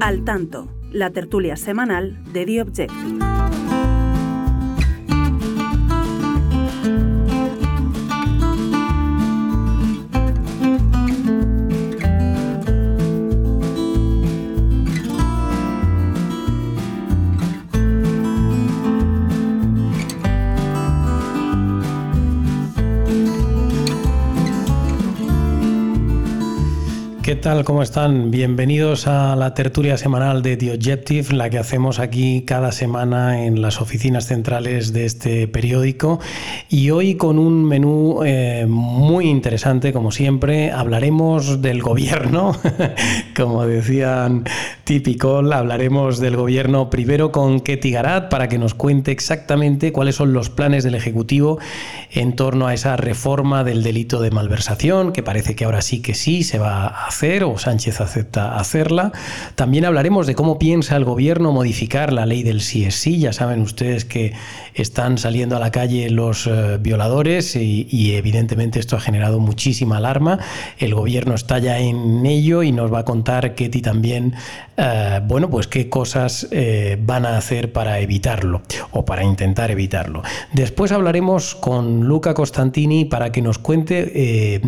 Al Tanto, la tertulia semanal de The Objective. ¿Qué tal? ¿Cómo están? Bienvenidos a la tertulia semanal de The Objective, la que hacemos aquí cada semana en las oficinas centrales de este periódico. Y hoy con un menú muy interesante, como siempre. Hablaremos del gobierno, como decían típico, hablaremos del gobierno primero con Ketty Garat para que nos cuente exactamente cuáles son los planes del Ejecutivo en torno a esa reforma del delito de malversación, que parece que ahora sí que sí se va a hacer, o Sánchez acepta hacerla. También hablaremos de cómo piensa el gobierno modificar la ley del sí es sí. Ya saben ustedes que están saliendo a la calle los violadores y evidentemente esto ha generado muchísima alarma. El gobierno está ya en ello y nos va a contar Ketty también pues qué cosas van a hacer para evitarlo o para intentar evitarlo. Después hablaremos con Luca Costantini para que nos cuente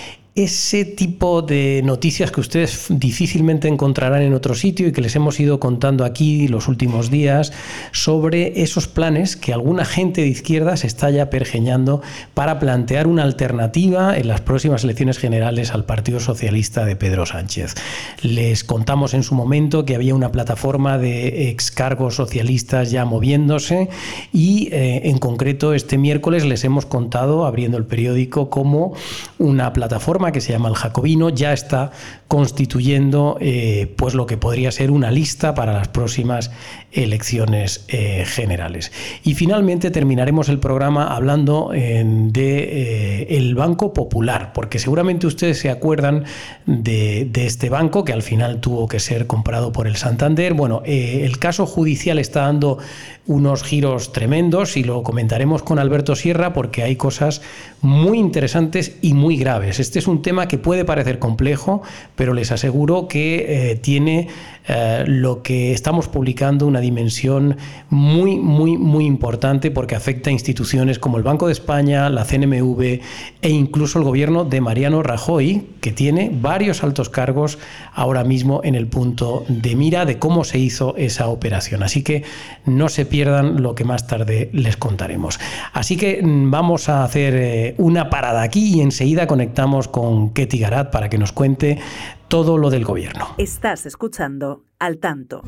ese tipo de noticias que ustedes difícilmente encontrarán en otro sitio y que les hemos ido contando aquí los últimos días sobre esos planes que alguna gente de izquierda se está ya pergeñando para plantear una alternativa en las próximas elecciones generales al Partido Socialista de Pedro Sánchez. Les contamos en su momento que había una plataforma de excargos socialistas ya moviéndose y en concreto este miércoles les hemos contado, abriendo el periódico, cómo una plataforma que se llama El Jacobino ya está constituyendo pues lo que podría ser una lista para las próximas elecciones generales. Y finalmente terminaremos el programa hablando de el Banco Popular, porque seguramente ustedes se acuerdan de este banco que al final tuvo que ser comprado por el Santander. Bueno, el caso judicial está dando unos giros tremendos y lo comentaremos con Alberto Sierra porque hay cosas muy interesantes y muy graves. Este es un tema que puede parecer complejo, pero les aseguro que tiene lo que estamos publicando una dimensión muy, muy, muy importante porque afecta a instituciones como el Banco de España, la CNMV e incluso el gobierno de Mariano Rajoy, que tiene varios altos cargos ahora mismo en el punto de mira de cómo se hizo esa operación. Así que no se pierdan lo que más tarde les contaremos. Así que vamos a hacer una parada aquí y enseguida conectamos con Ketty Garat para que nos cuente todo lo del gobierno. Estás escuchando Al Tanto.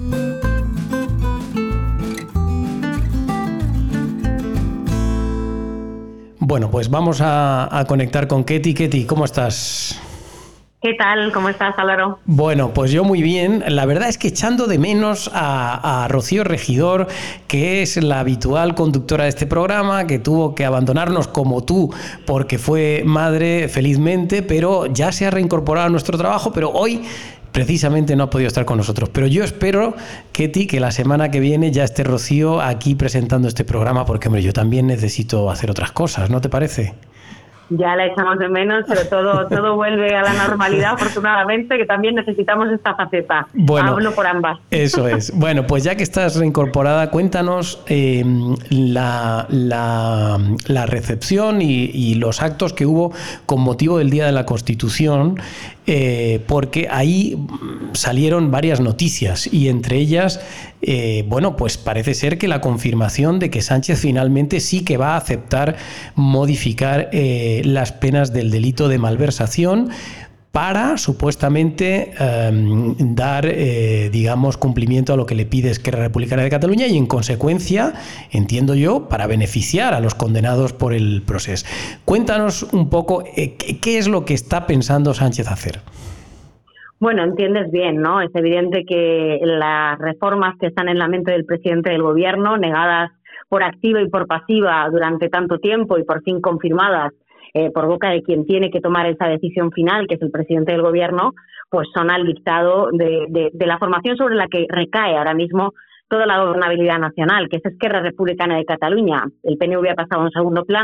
Bueno, pues vamos a conectar con Ketty. Ketty, ¿cómo estás? ¿Qué tal? ¿Cómo estás, Álvaro? Bueno, pues yo muy bien. La verdad es que echando de menos a Rocío Regidor, que es la habitual conductora de este programa, que tuvo que abandonarnos como tú porque fue madre felizmente, pero ya se ha reincorporado a nuestro trabajo, pero hoy precisamente no ha podido estar con nosotros. Pero yo espero, Ketty, que la semana que viene ya esté Rocío aquí presentando este programa, porque hombre, yo también necesito hacer otras cosas, ¿no te parece? Ya la echamos de menos, pero todo vuelve a la normalidad, afortunadamente, que también necesitamos esta faceta. Bueno, hablo por ambas. Eso es. Bueno, pues ya que estás reincorporada, cuéntanos la recepción y los actos que hubo con motivo del Día de la Constitución, porque ahí salieron varias noticias y entre ellas, pues parece ser que la confirmación de que Sánchez finalmente sí que va a aceptar modificar las penas del delito de malversación para supuestamente dar, cumplimiento a lo que le pide Esquerra Republicana de Cataluña y en consecuencia, entiendo yo, para beneficiar a los condenados por el proceso. Cuéntanos un poco qué es lo que está pensando Sánchez hacer. Bueno, entiendes bien, ¿no? Es evidente que las reformas que están en la mente del presidente del gobierno, negadas por activa y por pasiva durante tanto tiempo y por fin confirmadas por boca de quien tiene que tomar esa decisión final, que es el presidente del gobierno, pues son al dictado de la formación sobre la que recae ahora mismo toda la gobernabilidad nacional, que es Esquerra Republicana de Cataluña. El PNV ha pasado a un segundo plano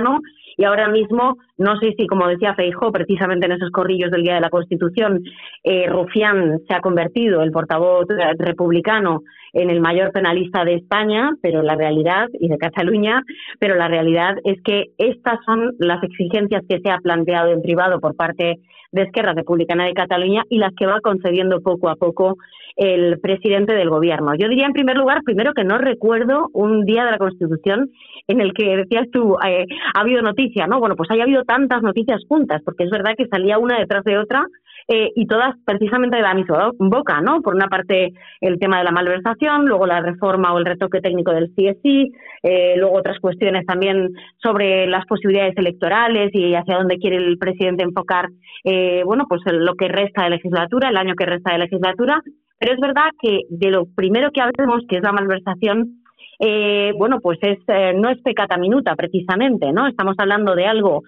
y ahora mismo, no sé si, como decía Feijóo, precisamente en esos corrillos del Día de la Constitución, Rufián se ha convertido, el portavoz republicano, en el mayor penalista de España, pero la realidad, y de Cataluña, pero la realidad es que estas son las exigencias que se ha planteado en privado por parte de Esquerra Republicana de Cataluña y las que va concediendo poco a poco el presidente del gobierno. Yo diría, en primer lugar, primero que no recuerdo un día de la Constitución en el que decías tú, ha habido noticia, ¿no? Bueno, pues haya habido tantas noticias juntas, porque es verdad que salía una detrás de otra y todas precisamente de la misma boca, ¿no? Por una parte, el tema de la malversación, luego la reforma o el retoque técnico del CSI, luego otras cuestiones también sobre las posibilidades electorales y hacia dónde quiere el presidente enfocar, bueno, pues lo que resta de legislatura, el año que resta de legislatura. Pero es verdad que de lo primero que hablemos, que es la malversación, bueno, pues no es peccata minuta precisamente, ¿no? Estamos hablando de algo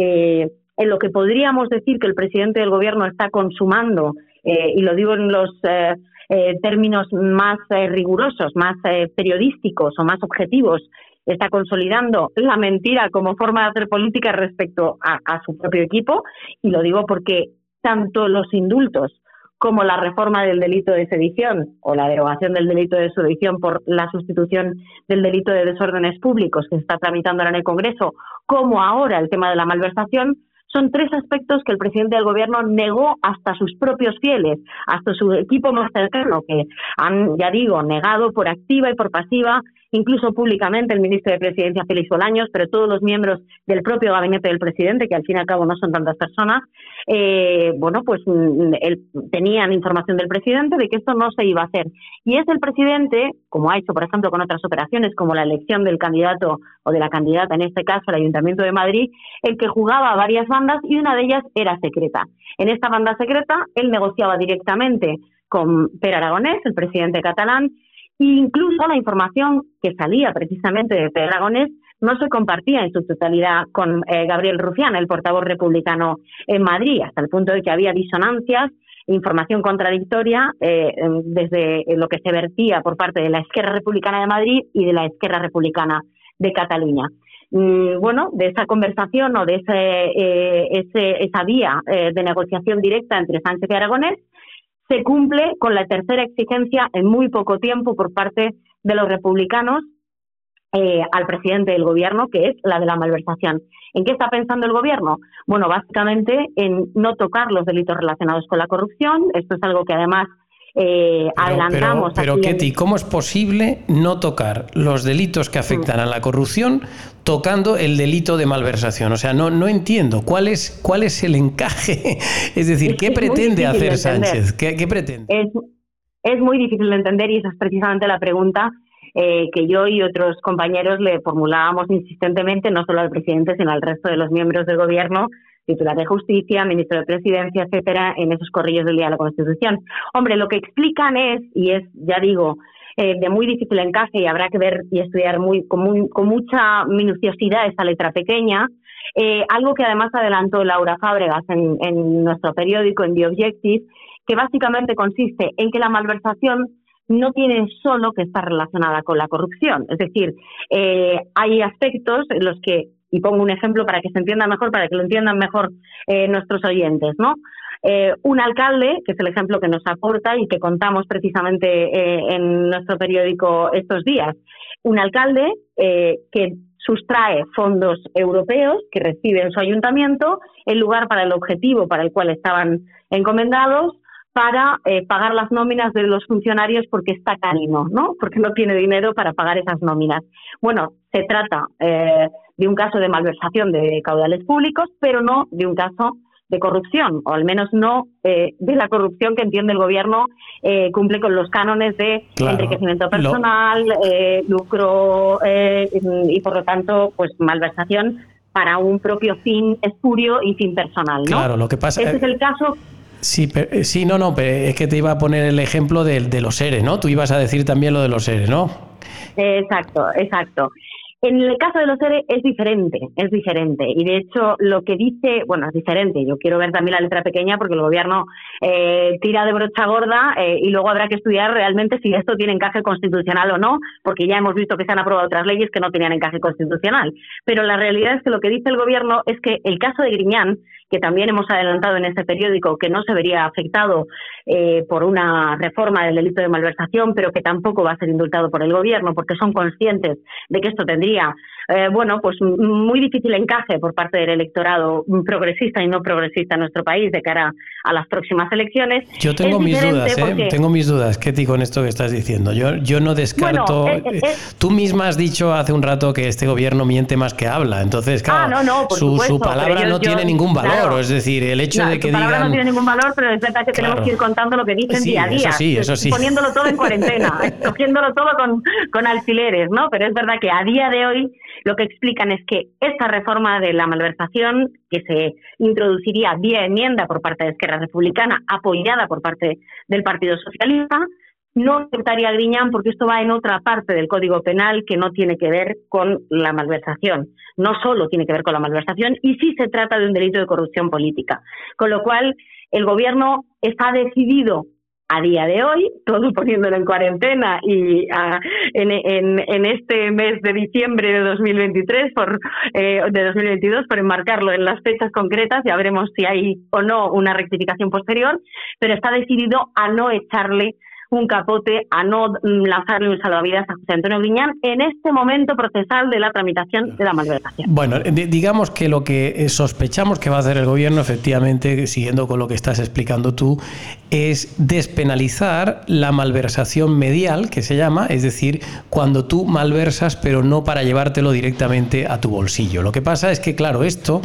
en lo que podríamos decir que el presidente del gobierno está consumando, y lo digo en los términos más rigurosos, más periodísticos o más objetivos, está consolidando la mentira como forma de hacer política respecto a su propio equipo, y lo digo porque tanto los indultos como la reforma del delito de sedición o la derogación del delito de sedición por la sustitución del delito de desórdenes públicos que se está tramitando ahora en el Congreso, como ahora el tema de la malversación, son tres aspectos que el presidente del gobierno negó hasta sus propios fieles, hasta su equipo más cercano, que han, ya digo, negado por activa y por pasiva, incluso públicamente el ministro de Presidencia, Félix Bolaños, pero todos los miembros del propio gabinete del presidente, que al fin y al cabo no son tantas personas, bueno, pues tenían información del presidente de que esto no se iba a hacer. Y es el presidente, como ha hecho, por ejemplo, con otras operaciones, como la elección del candidato o de la candidata, en este caso, al Ayuntamiento de Madrid, el que jugaba a varias bandas y una de ellas era secreta. En esta banda secreta, él negociaba directamente con Pere Aragonès, el presidente catalán, e incluso la información que salía precisamente de Pere Aragonès no se compartía en su totalidad con Gabriel Rufián, el portavoz republicano en Madrid, hasta el punto de que había disonancias, información contradictoria desde lo que se vertía por parte de la Esquerra Republicana de Madrid y de la Esquerra Republicana de Cataluña. Bueno, de esa conversación o de esa vía de negociación directa entre Sánchez y Aragonès, se cumple con la tercera exigencia en muy poco tiempo por parte de los republicanos al presidente del gobierno, que es la de la malversación. ¿En qué está pensando el gobierno? Bueno, básicamente en no tocar los delitos relacionados con la corrupción. Esto es algo que además adelantamos. Pero Ketty, ¿cómo es posible no tocar los delitos que afectan a la corrupción tocando el delito de malversación? O sea, no entiendo cuál es el encaje. Es decir, ¿qué pretende hacer Sánchez? ¿Qué pretende? Es muy difícil de entender y esa es precisamente la pregunta que yo y otros compañeros le formulábamos insistentemente, no solo al presidente, sino al resto de los miembros del gobierno, titular de Justicia, ministro de Presidencia, etcétera, en esos corrillos del Día de la Constitución. Hombre, lo que explican y es, ya digo, de muy difícil encaje y habrá que ver y estudiar con mucha minuciosidad esa letra pequeña, algo que además adelantó Laura Fábregas en nuestro periódico, en The Objective, que básicamente consiste en que la malversación no tiene solo que estar relacionada con la corrupción. Es decir, hay aspectos en los que, y pongo un ejemplo para que se entienda mejor, para que lo entiendan mejor nuestros oyentes, ¿no? Un alcalde, que es el ejemplo que nos aporta y que contamos precisamente en nuestro periódico estos días, un alcalde que sustrae fondos europeos que recibe en su ayuntamiento en lugar para el objetivo para el cual estaban encomendados, para pagar las nóminas de los funcionarios porque está carino, ¿no? Porque no tiene dinero para pagar esas nóminas. Bueno, se trata de un caso de malversación de caudales públicos, pero no de un caso de corrupción, o al menos no de la corrupción que entiende el gobierno cumple con los cánones de enriquecimiento personal, lucro y por lo tanto, pues malversación para un propio fin espurio y fin personal, ¿no? Claro, lo que pasa es el caso. Sí, pero es que te iba a poner el ejemplo de los ERE, ¿no? Tú ibas a decir también lo de los ERE, ¿no? Exacto. En el caso de los ERE es diferente. Y de hecho lo que dice, bueno, es diferente. Yo quiero ver también la letra pequeña porque el gobierno tira de brocha gorda y luego habrá que estudiar realmente si esto tiene encaje constitucional o no, porque ya hemos visto que se han aprobado otras leyes que no tenían encaje constitucional. Pero la realidad es que lo que dice el gobierno es que el caso de Griñán, que también hemos adelantado en este periódico que no se vería afectado por una reforma del delito de malversación, pero que tampoco va a ser indultado por el gobierno porque son conscientes de que esto tendría pues muy difícil encaje por parte del electorado progresista y no progresista en nuestro país de cara a las próximas elecciones. Yo tengo mis dudas, tengo mis dudas, Ketty, con esto que estás diciendo. Yo no descarto... Tú misma has dicho hace un rato que este gobierno miente más que habla, entonces claro, su palabra no tiene ningún valor, claro. Es decir, el hecho de que digan... Su palabra no tiene ningún valor, pero es verdad que tenemos que ir contando lo que dicen día a día, eso sí. Poniéndolo todo en cuarentena, cogiéndolo todo con alfileres, ¿no? Pero es verdad que a día de hoy lo que explican es que esta reforma de la malversación, que se introduciría vía enmienda por parte de Esquerra Republicana, apoyada por parte del Partido Socialista, no aceptaría a Griñán porque esto va en otra parte del Código Penal que no tiene que ver con la malversación. No solo tiene que ver con la malversación y sí se trata de un delito de corrupción política. Con lo cual, el gobierno está decidido a día de hoy, todo poniéndolo en cuarentena y en este mes de diciembre de 2023, de 2022, por enmarcarlo en las fechas concretas, ya veremos si hay o no una rectificación posterior, pero está decidido a no echarle un capote, a no lanzarle un salvavidas a José Antonio Griñán en este momento procesal de la tramitación de la malversación. Bueno, digamos que lo que sospechamos que va a hacer el gobierno, efectivamente, siguiendo con lo que estás explicando tú, es despenalizar la malversación medial, que se llama, es decir, cuando tú malversas pero no para llevártelo directamente a tu bolsillo. Lo que pasa es que, claro, esto,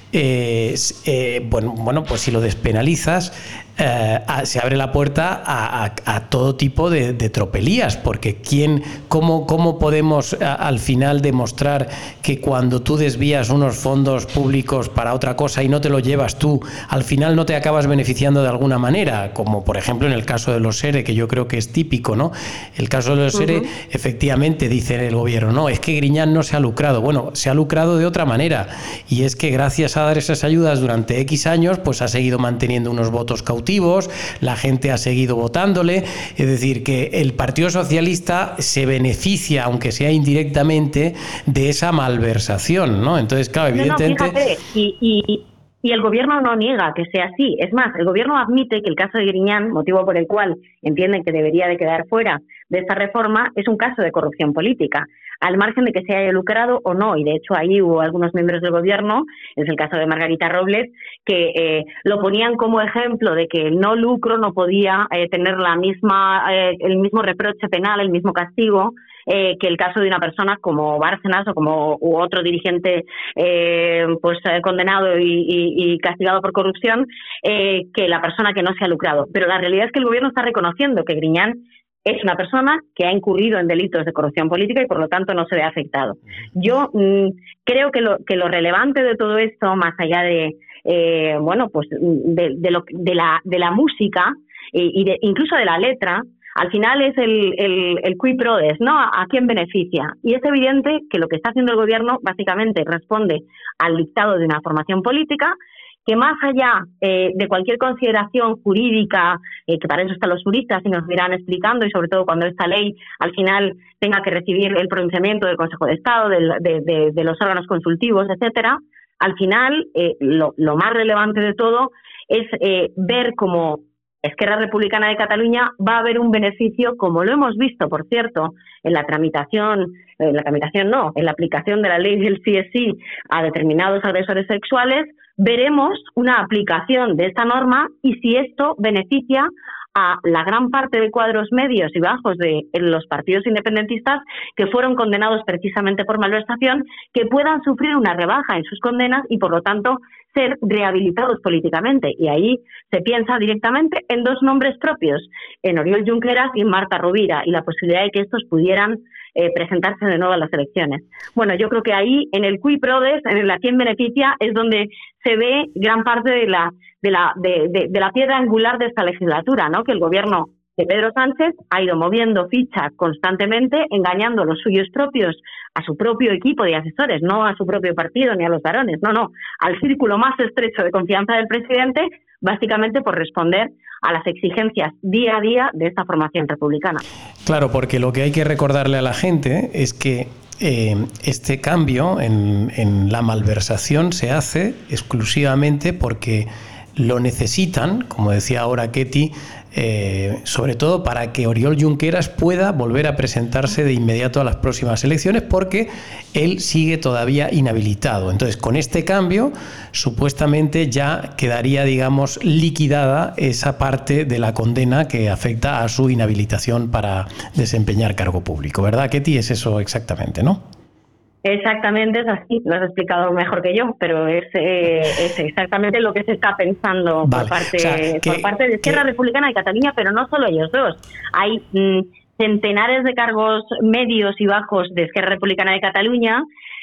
pues si lo despenalizas, se abre la puerta a todo tipo de tropelías, porque ¿cómo podemos al final demostrar que cuando tú desvías unos fondos públicos para otra cosa y no te lo llevas tú, al final no te acabas beneficiando de alguna manera? Como por ejemplo en el caso de los ERE, que yo creo que es típico, ¿no? El caso de los ERE, efectivamente, dice el gobierno, no, es que Griñán no se ha lucrado. Bueno, se ha lucrado de otra manera, y es que gracias a dar esas ayudas durante X años, pues ha seguido manteniendo unos votos cautivos, la gente ha seguido votándole, es decir, que el Partido Socialista se beneficia, aunque sea indirectamente, de esa malversación, ¿no? Entonces, claro, evidentemente... No, fíjate, y el gobierno no niega que sea así. Es más, el gobierno admite que el caso de Griñán, motivo por el cual entienden que debería de quedar fuera de esta reforma, es un caso de corrupción política, al margen de que se haya lucrado o no. Y de hecho ahí hubo algunos miembros del gobierno, es el caso de Margarita Robles, que lo ponían como ejemplo de que el no lucro no podía tener el mismo reproche penal, el mismo castigo que el caso de una persona como Bárcenas o como otro dirigente condenado y castigado por corrupción, que la persona que no se ha lucrado. Pero la realidad es que el gobierno está reconociendo que Griñán es una persona que ha incurrido en delitos de corrupción política y por lo tanto no se ve afectado. Yo creo que lo relevante de todo esto, más allá de la música incluso de la letra, al final es el qui prodest, ¿no? ¿A quién beneficia? Y es evidente que lo que está haciendo el gobierno básicamente responde al dictado de una formación política que, más allá de cualquier consideración jurídica, que para eso están los juristas y nos irán explicando, y sobre todo cuando esta ley al final tenga que recibir el pronunciamiento del Consejo de Estado, de los órganos consultivos, etcétera, al final lo más relevante de todo es ver cómo Esquerra Republicana de Cataluña va a haber un beneficio, como lo hemos visto, por cierto, en la aplicación de la ley del sí es sí a determinados agresores sexuales. Veremos una aplicación de esta norma y si esto beneficia a la gran parte de cuadros medios y bajos de los partidos independentistas que fueron condenados precisamente por malversación, que puedan sufrir una rebaja en sus condenas y, por lo tanto, ser rehabilitados políticamente. Y ahí se piensa directamente en dos nombres propios, en Oriol Junqueras y en Marta Rovira, y la posibilidad de que estos pudieran presentarse de nuevo a las elecciones. Bueno, yo creo que ahí, en el qui prodest, en el a quién beneficia, es donde se ve gran parte de la piedra angular de esta legislatura, ¿no? Que el gobierno que Pedro Sánchez ha ido moviendo ficha constantemente, engañando a los suyos propios, a su propio equipo de asesores, no a su propio partido ni a los varones, no, al círculo más estrecho de confianza del presidente, básicamente por responder a las exigencias día a día de esta formación republicana. Claro, porque lo que hay que recordarle a la gente es que este cambio en la malversación se hace exclusivamente porque lo necesitan, como decía ahora Ketty, sobre todo para que Oriol Junqueras pueda volver a presentarse de inmediato a las próximas elecciones, porque él sigue todavía inhabilitado. Entonces, con este cambio, supuestamente ya quedaría, digamos, liquidada esa parte de la condena que afecta a su inhabilitación para desempeñar cargo público, ¿verdad, Ketty? Es eso exactamente, ¿no? Exactamente, es así, lo has explicado mejor que yo, pero es exactamente lo que se está pensando por parte de Esquerra Republicana y Cataluña, pero no solo ellos dos. Hay centenares de cargos medios y bajos de Esquerra Republicana de Cataluña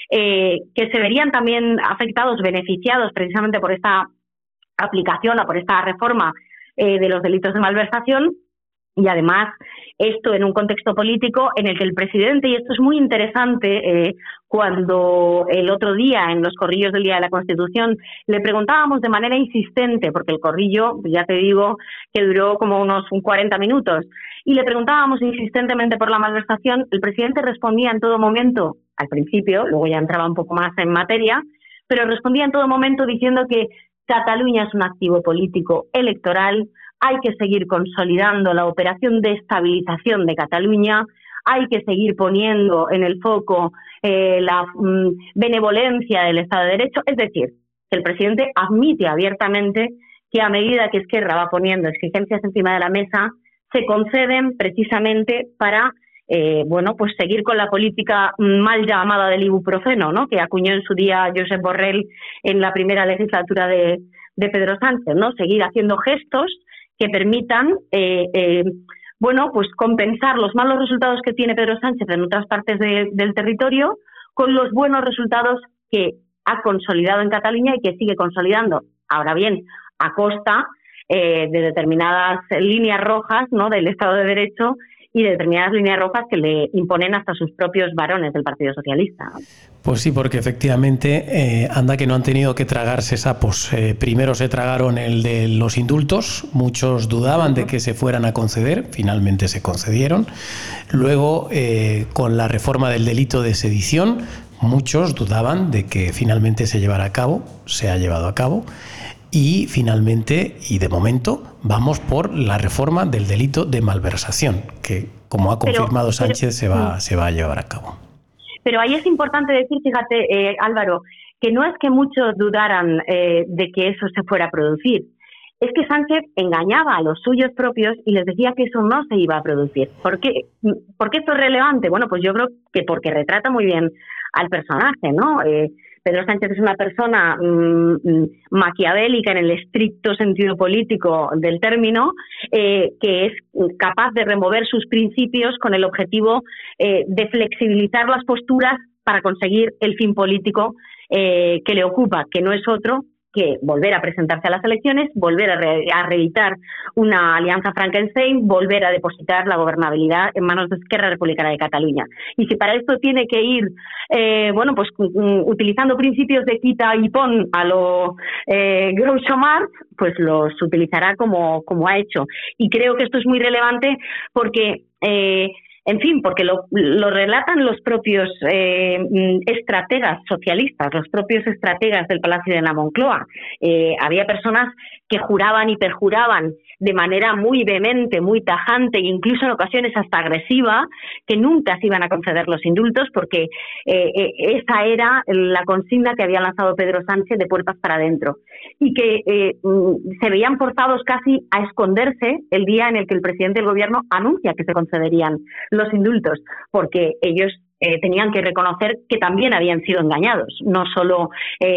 que se verían también afectados, beneficiados precisamente por esta aplicación o por esta reforma de los delitos de malversación. Y además, esto en un contexto político en el que el presidente, y esto es muy interesante, cuando el otro día, en los corrillos del Día de la Constitución, le preguntábamos de manera insistente, porque el corrillo, ya te digo, que duró como unos 40 minutos, y le preguntábamos insistentemente por la malversación, el presidente respondía en todo momento, al principio, luego ya entraba un poco más en materia, pero respondía en todo momento diciendo que Cataluña es un activo político electoral, hay que seguir consolidando la operación de estabilización de Cataluña, hay que seguir poniendo en el foco la benevolencia del Estado de Derecho. Es decir, que el presidente admite abiertamente que a medida que Esquerra va poniendo exigencias encima de la mesa, se conceden precisamente para pues seguir con la política mal llamada del ibuprofeno, ¿no?, que acuñó en su día Josep Borrell en la primera legislatura de Pedro Sánchez, ¿no? Seguir haciendo gestos que permitan pues compensar los malos resultados que tiene Pedro Sánchez en otras partes del territorio con los buenos resultados que ha consolidado en Cataluña y que sigue consolidando. Ahora bien, a costa de determinadas líneas rojas, ¿no?, del Estado de Derecho y de determinadas líneas rojas que le imponen hasta sus propios varones del Partido Socialista. Pues sí, porque efectivamente anda que no han tenido que tragarse sapos. Primero se tragaron el de los indultos, muchos dudaban de que se fueran a conceder, finalmente se concedieron. Luego, con la reforma del delito de sedición, muchos dudaban de que finalmente se llevara a cabo, se ha llevado a cabo. Y finalmente, y de momento, vamos por la reforma del delito de malversación, que, como ha confirmado Sánchez, se va a llevar a cabo. Pero ahí es importante decir, fíjate, Álvaro, que no es que muchos dudaran de que eso se fuera a producir. Es que Sánchez engañaba a los suyos propios y les decía que eso no se iba a producir. ¿Por qué esto es relevante? Bueno, pues yo creo que porque retrata muy bien al personaje, ¿no? Pedro Sánchez es una persona maquiavélica en el estricto sentido político del término, que es capaz de remover sus principios con el objetivo de flexibilizar las posturas para conseguir el fin político que le ocupa, que no es otro que volver a presentarse a las elecciones, volver a reeditar una alianza Frankenstein, volver a depositar la gobernabilidad en manos de Esquerra Republicana de Cataluña. Y si para esto tiene que ir utilizando principios de quita y pon a lo Groucho Marx, pues los utilizará como ha hecho. Y creo que esto es muy relevante porque porque lo relatan los propios estrategas socialistas, los propios estrategas del Palacio de la Moncloa. Había personas que juraban y perjuraban de manera muy vehemente, muy tajante e incluso en ocasiones hasta agresiva, que nunca se iban a conceder los indultos porque esa era la consigna que había lanzado Pedro Sánchez de puertas para adentro. Y que se veían forzados casi a esconderse el día en el que el presidente del gobierno anuncia que se concederían los indultos, porque ellos tenían que reconocer que también habían sido engañados, no solo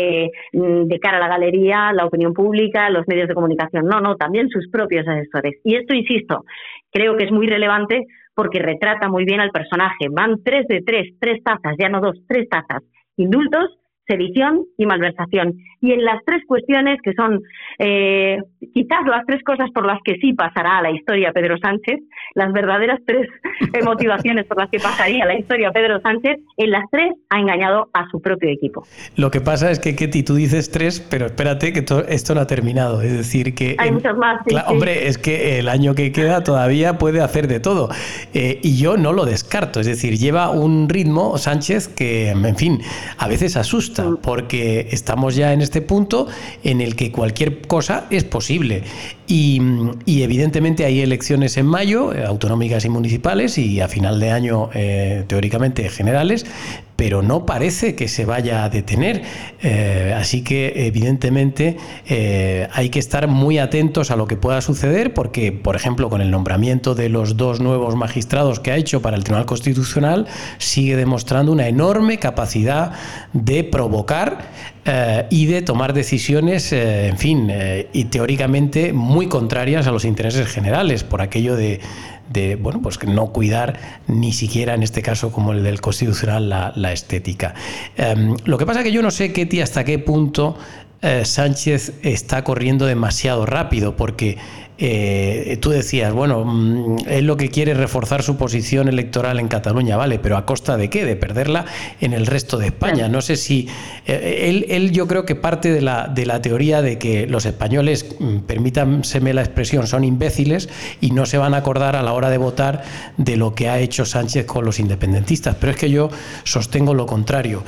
de cara a la galería, la opinión pública, los medios de comunicación, no, también sus propios asesores. Y esto, insisto, creo que es muy relevante porque retrata muy bien al personaje. Van 3 de 3 tazas, ya no 2, 3 tazas. Indultos, sedición y malversación. Y en las tres cuestiones, que son quizás las tres cosas por las que sí pasará a la historia Pedro Sánchez, las verdaderas tres motivaciones por las que pasaría a la historia Pedro Sánchez, en las tres ha engañado a su propio equipo. Lo que pasa es que, Ketty, tú dices tres, pero espérate que esto no ha terminado. Es decir, que... Hay muchos más. Sí, sí. Hombre, es que el año que queda todavía puede hacer de todo. Y yo no lo descarto. Es decir, lleva un ritmo, Sánchez, que, en fin, a veces asusta, porque estamos ya en este punto en el que cualquier cosa es posible. Y evidentemente hay elecciones en mayo, autonómicas y municipales, y a final de año, teóricamente, generales, pero no parece que se vaya a detener. Así que, evidentemente, hay que estar muy atentos a lo que pueda suceder, porque, por ejemplo, con el nombramiento de los dos nuevos magistrados que ha hecho para el Tribunal Constitucional, sigue demostrando una enorme capacidad de provocar y de tomar decisiones, en fin, y teóricamente muy contrarias a los intereses generales, por aquello de bueno, pues que no cuidar ni siquiera en este caso como el del Constitucional la estética. Lo que pasa es que yo no sé, Ketty, hasta qué punto Sánchez está corriendo demasiado rápido, porque tú decías, bueno, él lo que quiere es reforzar su posición electoral en Cataluña, vale, pero ¿a costa de qué? De perderla en el resto de España. No sé si él yo creo que parte de la teoría de que los españoles, permítanseme la expresión, son imbéciles y no se van a acordar a la hora de votar de lo que ha hecho Sánchez con los independentistas, pero es que yo sostengo lo contrario,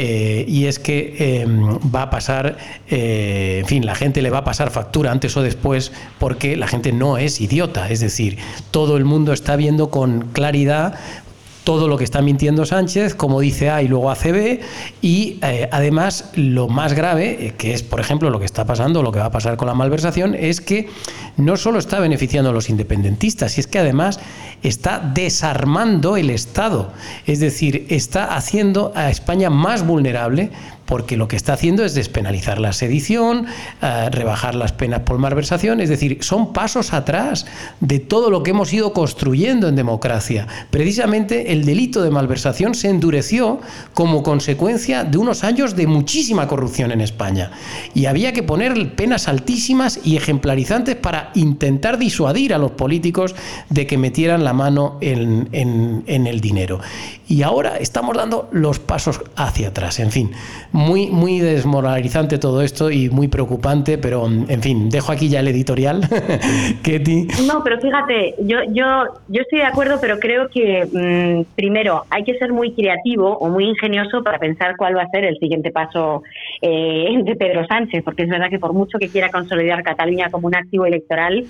y es que va a pasar, en fin, la gente le va a pasar factura antes o después, porque la gente no es idiota, es decir, todo el mundo está viendo con claridad todo lo que está mintiendo Sánchez, como dice A y luego hace B, y además lo más grave, que es por ejemplo lo que está pasando, lo que va a pasar con la malversación, es que no solo está beneficiando a los independentistas, y es que además está desarmando el Estado, es decir, está haciendo a España más vulnerable, porque lo que está haciendo es despenalizar la sedición, rebajar las penas por malversación, es decir, son pasos atrás de todo lo que hemos ido construyendo en democracia. Precisamente el delito de malversación se endureció como consecuencia de unos años de muchísima corrupción en España, y había que poner penas altísimas y ejemplarizantes para intentar disuadir a los políticos de que metieran la mano en el dinero. Y ahora estamos dando los pasos hacia atrás. En fin, muy desmoralizante todo esto y muy preocupante, pero en fin, dejo aquí ya el editorial. Ketty. No, pero fíjate, yo estoy de acuerdo, pero creo que primero hay que ser muy creativo o muy ingenioso para pensar cuál va a ser el siguiente paso de Pedro Sánchez, porque es verdad que por mucho que quiera consolidar Cataluña como un activo electoral,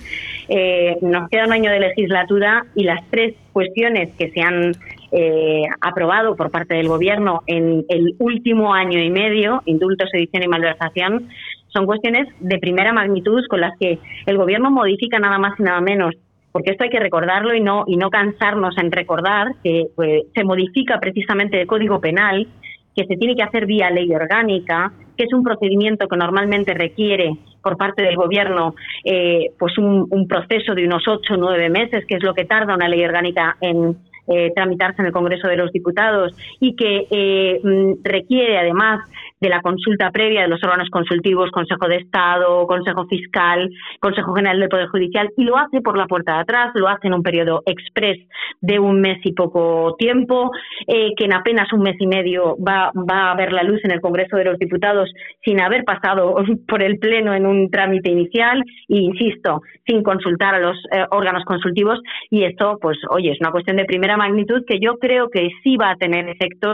nos queda un año de legislatura y las tres cuestiones que se han aprobado por parte del Gobierno en el último año y medio, indulto, sedición y malversación, son cuestiones de primera magnitud con las que el Gobierno modifica nada más y nada menos, porque esto hay que recordarlo y no cansarnos en recordar que se modifica precisamente el Código Penal, que se tiene que hacer vía ley orgánica, que es un procedimiento que normalmente requiere por parte del Gobierno pues un proceso de unos 8 o 9 meses, que es lo que tarda una ley orgánica en tramitarse en el Congreso de los Diputados, y que requiere además de la consulta previa de los órganos consultivos, Consejo de Estado, Consejo Fiscal, Consejo General del Poder Judicial, y lo hace por la puerta de atrás, lo hace en un periodo exprés de un mes y poco tiempo, que en apenas un mes y medio va a ver la luz en el Congreso de los Diputados sin haber pasado por el Pleno en un trámite inicial, e insisto, sin consultar a los órganos consultivos, y esto, pues, oye, es una cuestión de primera magnitud que yo creo que sí va a tener efectos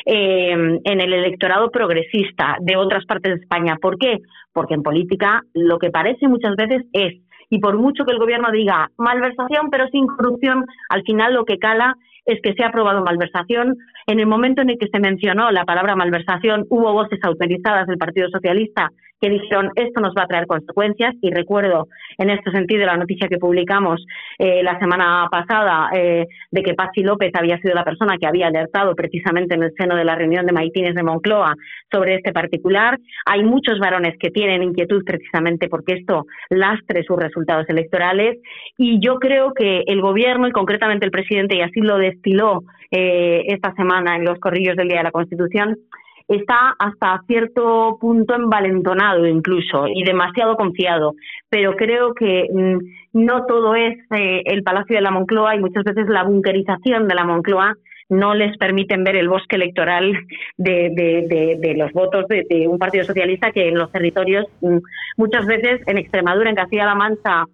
en el electorado progresista de otras partes de España. ¿Por qué? Porque en política lo que parece muchas veces es, y por mucho que el Gobierno diga malversación pero sin corrupción, al final lo que cala es que se ha aprobado malversación. En el momento en el que se mencionó la palabra malversación, hubo voces autorizadas del Partido Socialista que dijeron esto nos va a traer consecuencias, y recuerdo en este sentido la noticia que publicamos la semana pasada de que Patxi López había sido la persona que había alertado precisamente en el seno de la reunión de Maitines de Moncloa sobre este particular. Hay muchos varones que tienen inquietud precisamente porque esto lastre sus resultados electorales, y yo creo que el Gobierno y concretamente el presidente, y así lo destiló esta semana en los corrillos del Día de la Constitución, está hasta cierto punto envalentonado incluso y demasiado confiado, pero creo que no todo es el Palacio de la Moncloa, y muchas veces la bunkerización de la Moncloa no les permiten ver el bosque electoral de los votos de un partido socialista que en los territorios, muchas veces en Extremadura, en Castilla-La Mancha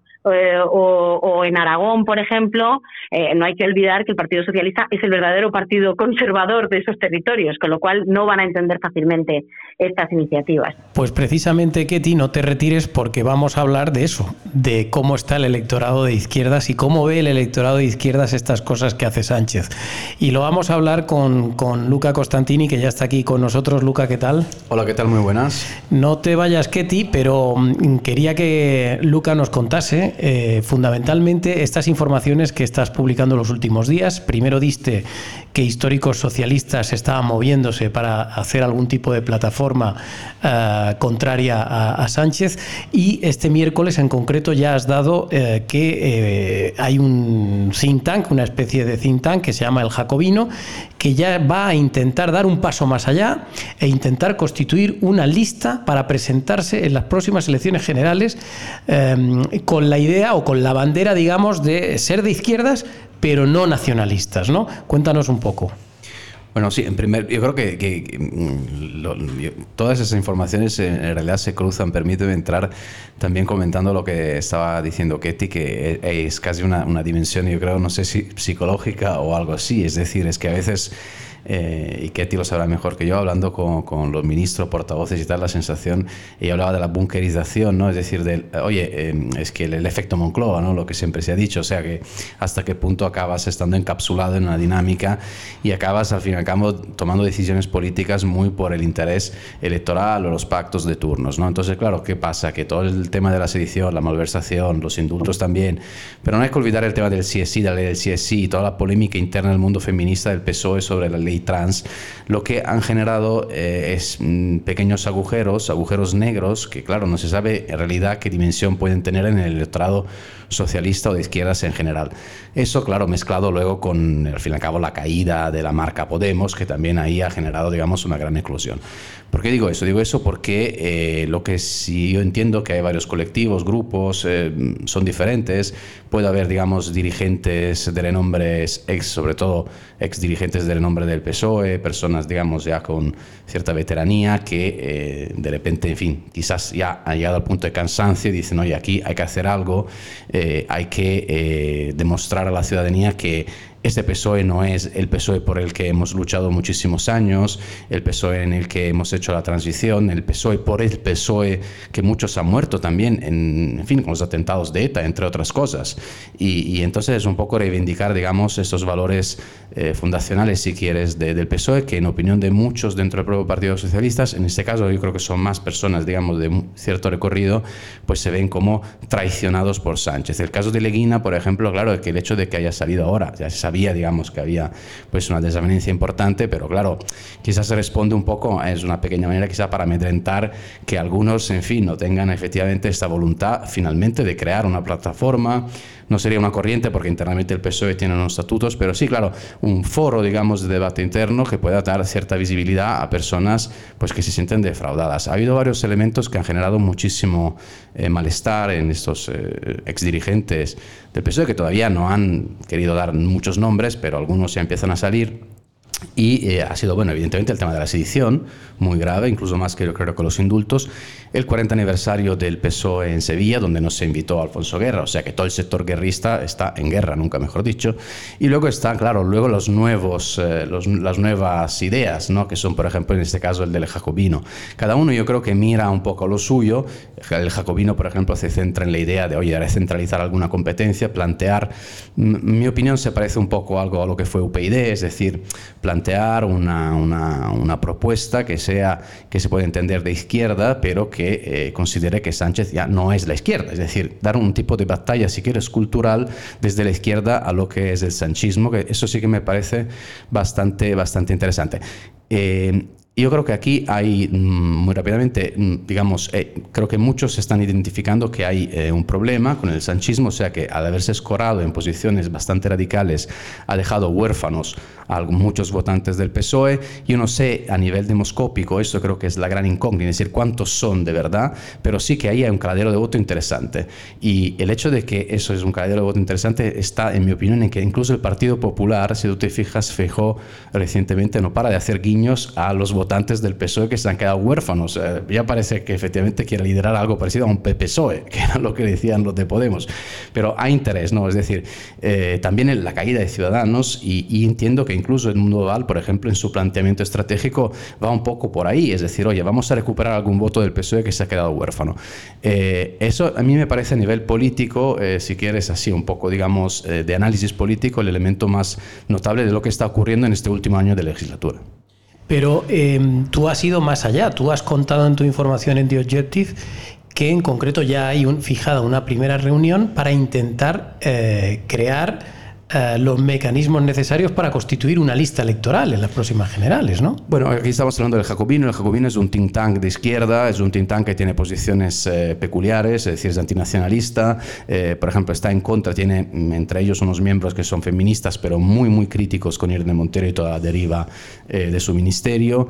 o en Aragón, por ejemplo, no hay que olvidar que el Partido Socialista es el verdadero partido conservador de esos territorios, con lo cual no van a entender fácilmente estas iniciativas. Pues precisamente, Ketty, no te retires porque vamos a hablar de eso, de cómo está el electorado de izquierdas y cómo ve el electorado de izquierdas estas cosas que hace Sánchez. Y lo vamos a hablar con Luca Costantini, que ya está aquí con nosotros. Luca, ¿qué tal? Hola, ¿qué tal? Muy buenas. No te vayas, Ketty, pero quería que Luca nos contase fundamentalmente estas informaciones que estás publicando los últimos días. Primero diste que históricos socialistas estaban moviéndose para hacer algún tipo de plataforma contraria a Sánchez, y este miércoles en concreto ya has dado que hay un think tank, una especie de think tank que se llama El Jacobino, que ya va a intentar dar un paso más allá e intentar constituir una lista para presentarse en las próximas elecciones generales con la idea o con la bandera, digamos, de ser de izquierdas, pero no nacionalistas, ¿no? Cuéntanos un poco. Bueno, sí, yo creo que todas esas informaciones en realidad se cruzan. Permíteme entrar también comentando lo que estaba diciendo Ketty, que es casi una dimensión, yo creo, no sé si psicológica o algo así. Es decir, es que a veces, y Ketty lo sabrá mejor que yo, hablando con los ministros, portavoces y tal, la sensación, ella hablaba de la bunkerización, ¿no? Es decir, es que el efecto Moncloa, ¿no? Lo que siempre se ha dicho, o sea, que hasta qué punto acabas estando encapsulado en una dinámica y acabas al fin y al cabo tomando decisiones políticas muy por el interés electoral o los pactos de turnos, ¿no? Entonces, claro, ¿qué pasa? Que todo el tema de la sedición, la malversación, los indultos también, pero no hay que olvidar el tema del CSI, de la ley del CSI, toda la polémica interna del mundo feminista del PSOE sobre la ley trans, lo que han generado es pequeños agujeros negros que, claro, no se sabe en realidad qué dimensión pueden tener en el electorado socialista o de izquierdas en general. Eso, claro, mezclado luego con, al fin y al cabo, la caída de la marca Podemos, que también ahí ha generado, digamos, una gran eclosión. ¿Por qué digo eso? Digo eso porque lo que sí yo entiendo que hay varios colectivos, grupos, son diferentes. Puede haber, digamos, dirigentes de renombre, sobre todo ex dirigentes de renombre del PSOE, personas, digamos, ya con cierta veteranía que de repente, en fin, quizás ya han llegado al punto de cansancio y dicen, oye, aquí hay que hacer algo, hay que demostrar a la ciudadanía que este PSOE no es el PSOE por el que hemos luchado muchísimos años, el PSOE en el que hemos hecho la transición, el PSOE por el PSOE que muchos han muerto también, en fin, con los atentados de ETA, entre otras cosas. Y entonces es un poco reivindicar, digamos, estos valores fundacionales, si quieres, del PSOE, que en opinión de muchos dentro del propio Partido Socialista, en este caso yo creo que son más personas, digamos, de un cierto recorrido, pues se ven como traicionados por Sánchez. El caso de Leguina, por ejemplo, claro, que el hecho de que haya salido ahora, ya se sabía, digamos, que había pues una desavenencia importante, pero claro, quizás se responde un poco, es una pequeña manera quizá para amedrentar que algunos, en fin, no tengan efectivamente esta voluntad finalmente de crear una plataforma. No sería una corriente porque internamente el PSOE tiene unos estatutos, pero sí, claro, un foro, digamos, de debate interno que pueda dar cierta visibilidad a personas pues, que se sienten defraudadas. Ha habido varios elementos que han generado muchísimo malestar en estos exdirigentes del PSOE, que todavía no han querido dar muchos nombres, pero algunos ya empiezan a salir. Y ha sido, bueno, evidentemente el tema de la sedición, muy grave, incluso más que yo creo que los indultos, el 40 aniversario del PSOE en Sevilla, donde no se invitó a Alfonso Guerra, o sea que todo el sector guerrista está en guerra, nunca mejor dicho, y luego están, claro, luego las nuevas ideas, ¿no? Que son, por ejemplo, en este caso el del jacobino. Cada uno yo creo que mira un poco lo suyo. El jacobino, por ejemplo, se centra en la idea de, oye, recentralizar alguna competencia, plantear, mi opinión se parece un poco algo a lo que fue UPyD, es decir, plantear una propuesta que se puede entender de izquierda, pero que considere que Sánchez ya no es la izquierda, es decir, dar un tipo de batalla, si quieres, cultural desde la izquierda a lo que es el sanchismo, que eso sí que me parece bastante interesante. Yo creo que aquí hay, muy rápidamente, digamos, creo que muchos están identificando que hay un problema con el sanchismo, o sea que al haberse escorado en posiciones bastante radicales ha dejado huérfanos a muchos votantes del PSOE. Yo no sé a nivel demoscópico, esto creo que es la gran incógnita, es decir, cuántos son de verdad, pero sí que ahí hay un caladero de voto interesante. Y el hecho de que eso es un caladero de voto interesante está, en mi opinión, en que incluso el Partido Popular, si tú te fijas, Feijóo recientemente no para de hacer guiños a los votantes del PSOE que se han quedado huérfanos. Ya parece que efectivamente quiere liderar algo parecido a un PSOE, que era lo que decían los de Podemos. Pero hay interés, ¿no? Es decir, también en la caída de Ciudadanos, y entiendo que incluso el Mundo Val, por ejemplo, en su planteamiento estratégico va un poco por ahí, es decir, oye, vamos a recuperar algún voto del PSOE que se ha quedado huérfano. Eso a mí me parece a nivel político, si quieres así un poco, digamos, de análisis político, el elemento más notable de lo que está ocurriendo en este último año de legislatura. Pero tú has ido más allá, tú has contado en tu información en The Objective que en concreto ya hay fijada una primera reunión para intentar crear los mecanismos necesarios para constituir una lista electoral en las próximas generales, ¿no? Bueno, aquí estamos hablando del Jacobino. El Jacobino es un think tank de izquierda, es un think tank que tiene posiciones peculiares, es decir, es antinacionalista. Por ejemplo, está en contra, tiene entre ellos unos miembros que son feministas, pero muy, muy críticos con Irene Montero y toda la deriva de su ministerio.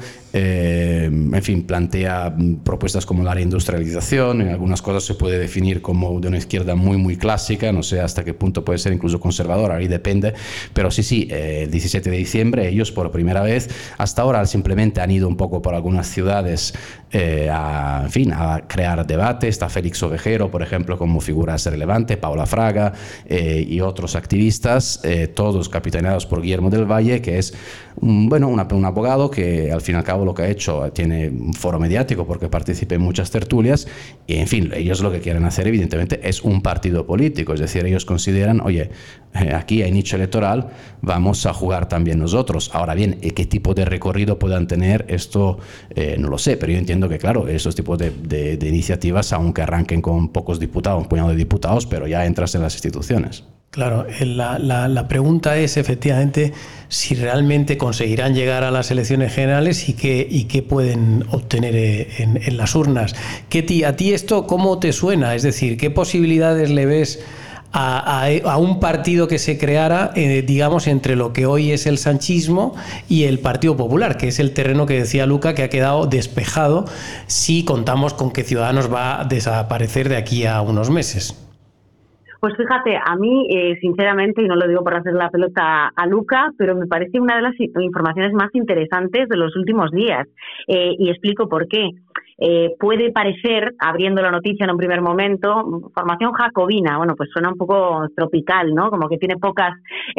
En fin, plantea propuestas como la reindustrialización. En algunas cosas se puede definir como de una izquierda muy, muy clásica. No sé hasta qué punto puede ser incluso conservadora. Ahí depende, pero sí, el 17 de diciembre ellos por primera vez, hasta ahora simplemente han ido un poco por algunas ciudades a crear debate. Está Félix Ovejero, por ejemplo, como figura relevante, Paula Fraga y otros activistas, todos capitaneados por Guillermo del Valle, que es un abogado que al fin y al cabo lo que ha hecho, tiene un foro mediático porque participa en muchas tertulias, y en fin, ellos lo que quieren hacer evidentemente es un partido político, es decir, ellos consideran, oye, aquí hay nicho electoral, vamos a jugar también nosotros. Ahora bien, ¿qué tipo de recorrido puedan tener? Esto no lo sé, pero yo entiendo que, claro, esos tipos de iniciativas, aunque arranquen con pocos diputados, un puñado de diputados, pero ya entras en las instituciones. Claro, la pregunta es efectivamente si realmente conseguirán llegar a las elecciones generales y qué pueden obtener en las urnas. Ketty, ¿a ti esto cómo te suena? Es decir, ¿qué posibilidades le ves a un partido que se creara, digamos, entre lo que hoy es el sanchismo y el Partido Popular, que es el terreno que decía Luca que ha quedado despejado si contamos con que Ciudadanos va a desaparecer de aquí a unos meses? Pues fíjate, a mí, sinceramente, y no lo digo por hacer la pelota a Luca, pero me parece una de las informaciones más interesantes de los últimos días. Y explico por qué. Puede parecer, abriendo la noticia en un primer momento, formación jacobina, bueno, pues suena un poco tropical, ¿no? Como que tiene pocas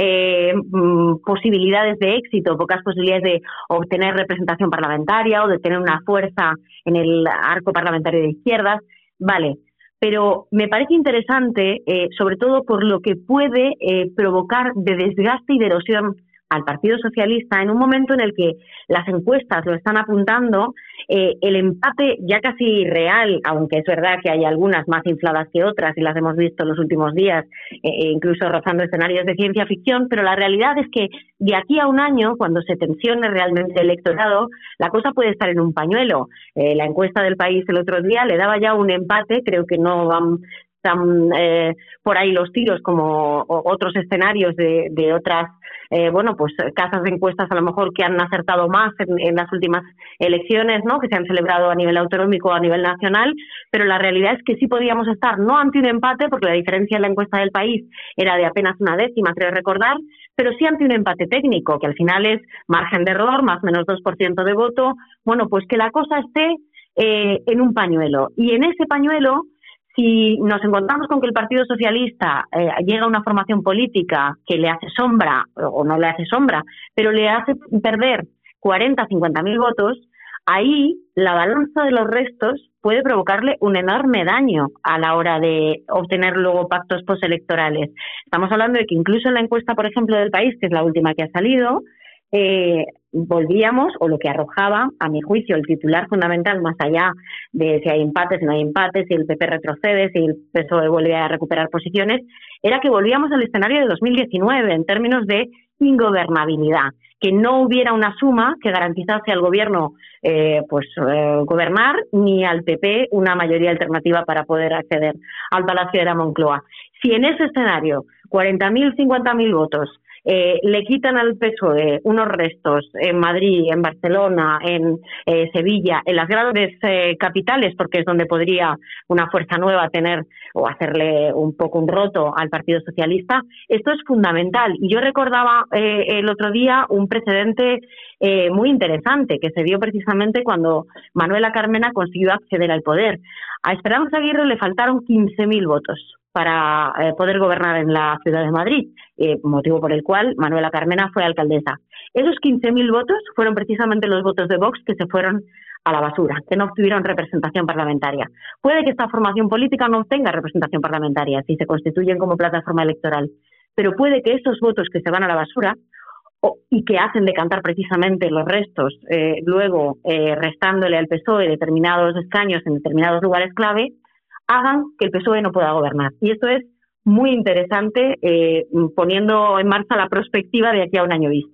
posibilidades de éxito, pocas posibilidades de obtener representación parlamentaria o de tener una fuerza en el arco parlamentario de izquierdas. Vale. Pero me parece interesante, sobre todo por lo que puede provocar de desgaste y de erosión al Partido Socialista en un momento en el que las encuestas lo están apuntando, el empate ya casi real, aunque es verdad que hay algunas más infladas que otras y las hemos visto en los últimos días, incluso rozando escenarios de ciencia ficción, pero la realidad es que de aquí a un año, cuando se tensione realmente el electorado, la cosa puede estar en un pañuelo. La encuesta del País el otro día le daba ya un empate, creo que no van tan por ahí los tiros como otros escenarios de otras casas de encuestas a lo mejor que han acertado más en las últimas elecciones, ¿no? Que se han celebrado a nivel autonómico o a nivel nacional, pero la realidad es que sí podíamos estar no ante un empate, porque la diferencia en la encuesta del País era de apenas una décima, creo recordar, pero sí ante un empate técnico, que al final es margen de error, más o menos 2% de voto. Bueno, pues que la cosa esté en un pañuelo. Y en ese pañuelo, si nos encontramos con que el Partido Socialista llega a una formación política que le hace sombra, o no le hace sombra, pero le hace perder 40, 50.000 votos, ahí la balanza de los restos puede provocarle un enorme daño a la hora de obtener luego pactos postelectorales. Estamos hablando de que incluso en la encuesta, por ejemplo, del País, que es la última que ha salido, volvíamos, o lo que arrojaba, a mi juicio, el titular fundamental, más allá de si hay empates, si no hay empates, si el PP retrocede, si el PSOE vuelve a recuperar posiciones, era que volvíamos al escenario de 2019 en términos de ingobernabilidad, que no hubiera una suma que garantizase al gobierno gobernar, ni al PP una mayoría alternativa para poder acceder al Palacio de la Moncloa. Si en ese escenario 40.000, 50.000 votos le quitan al PSOE unos restos en Madrid, en Barcelona, en Sevilla, en las grandes capitales, porque es donde podría una fuerza nueva tener o hacerle un poco un roto al Partido Socialista, esto es fundamental. Y yo recordaba el otro día un precedente muy interesante que se dio precisamente cuando Manuela Carmena consiguió acceder al poder. A Esperanza Aguirre le faltaron 15.000 votos para poder gobernar en la ciudad de Madrid, motivo por el cual Manuela Carmena fue alcaldesa. Esos 15.000 votos fueron precisamente los votos de Vox que se fueron a la basura, que no obtuvieron representación parlamentaria. Puede que esta formación política no obtenga representación parlamentaria si se constituyen como plataforma electoral, pero puede que esos votos que se van a la basura y que hacen decantar precisamente los restos, luego restándole al PSOE determinados escaños en determinados lugares clave, hagan que el PSOE no pueda gobernar. Y esto es muy interesante, poniendo en marcha la perspectiva de aquí a un año vista.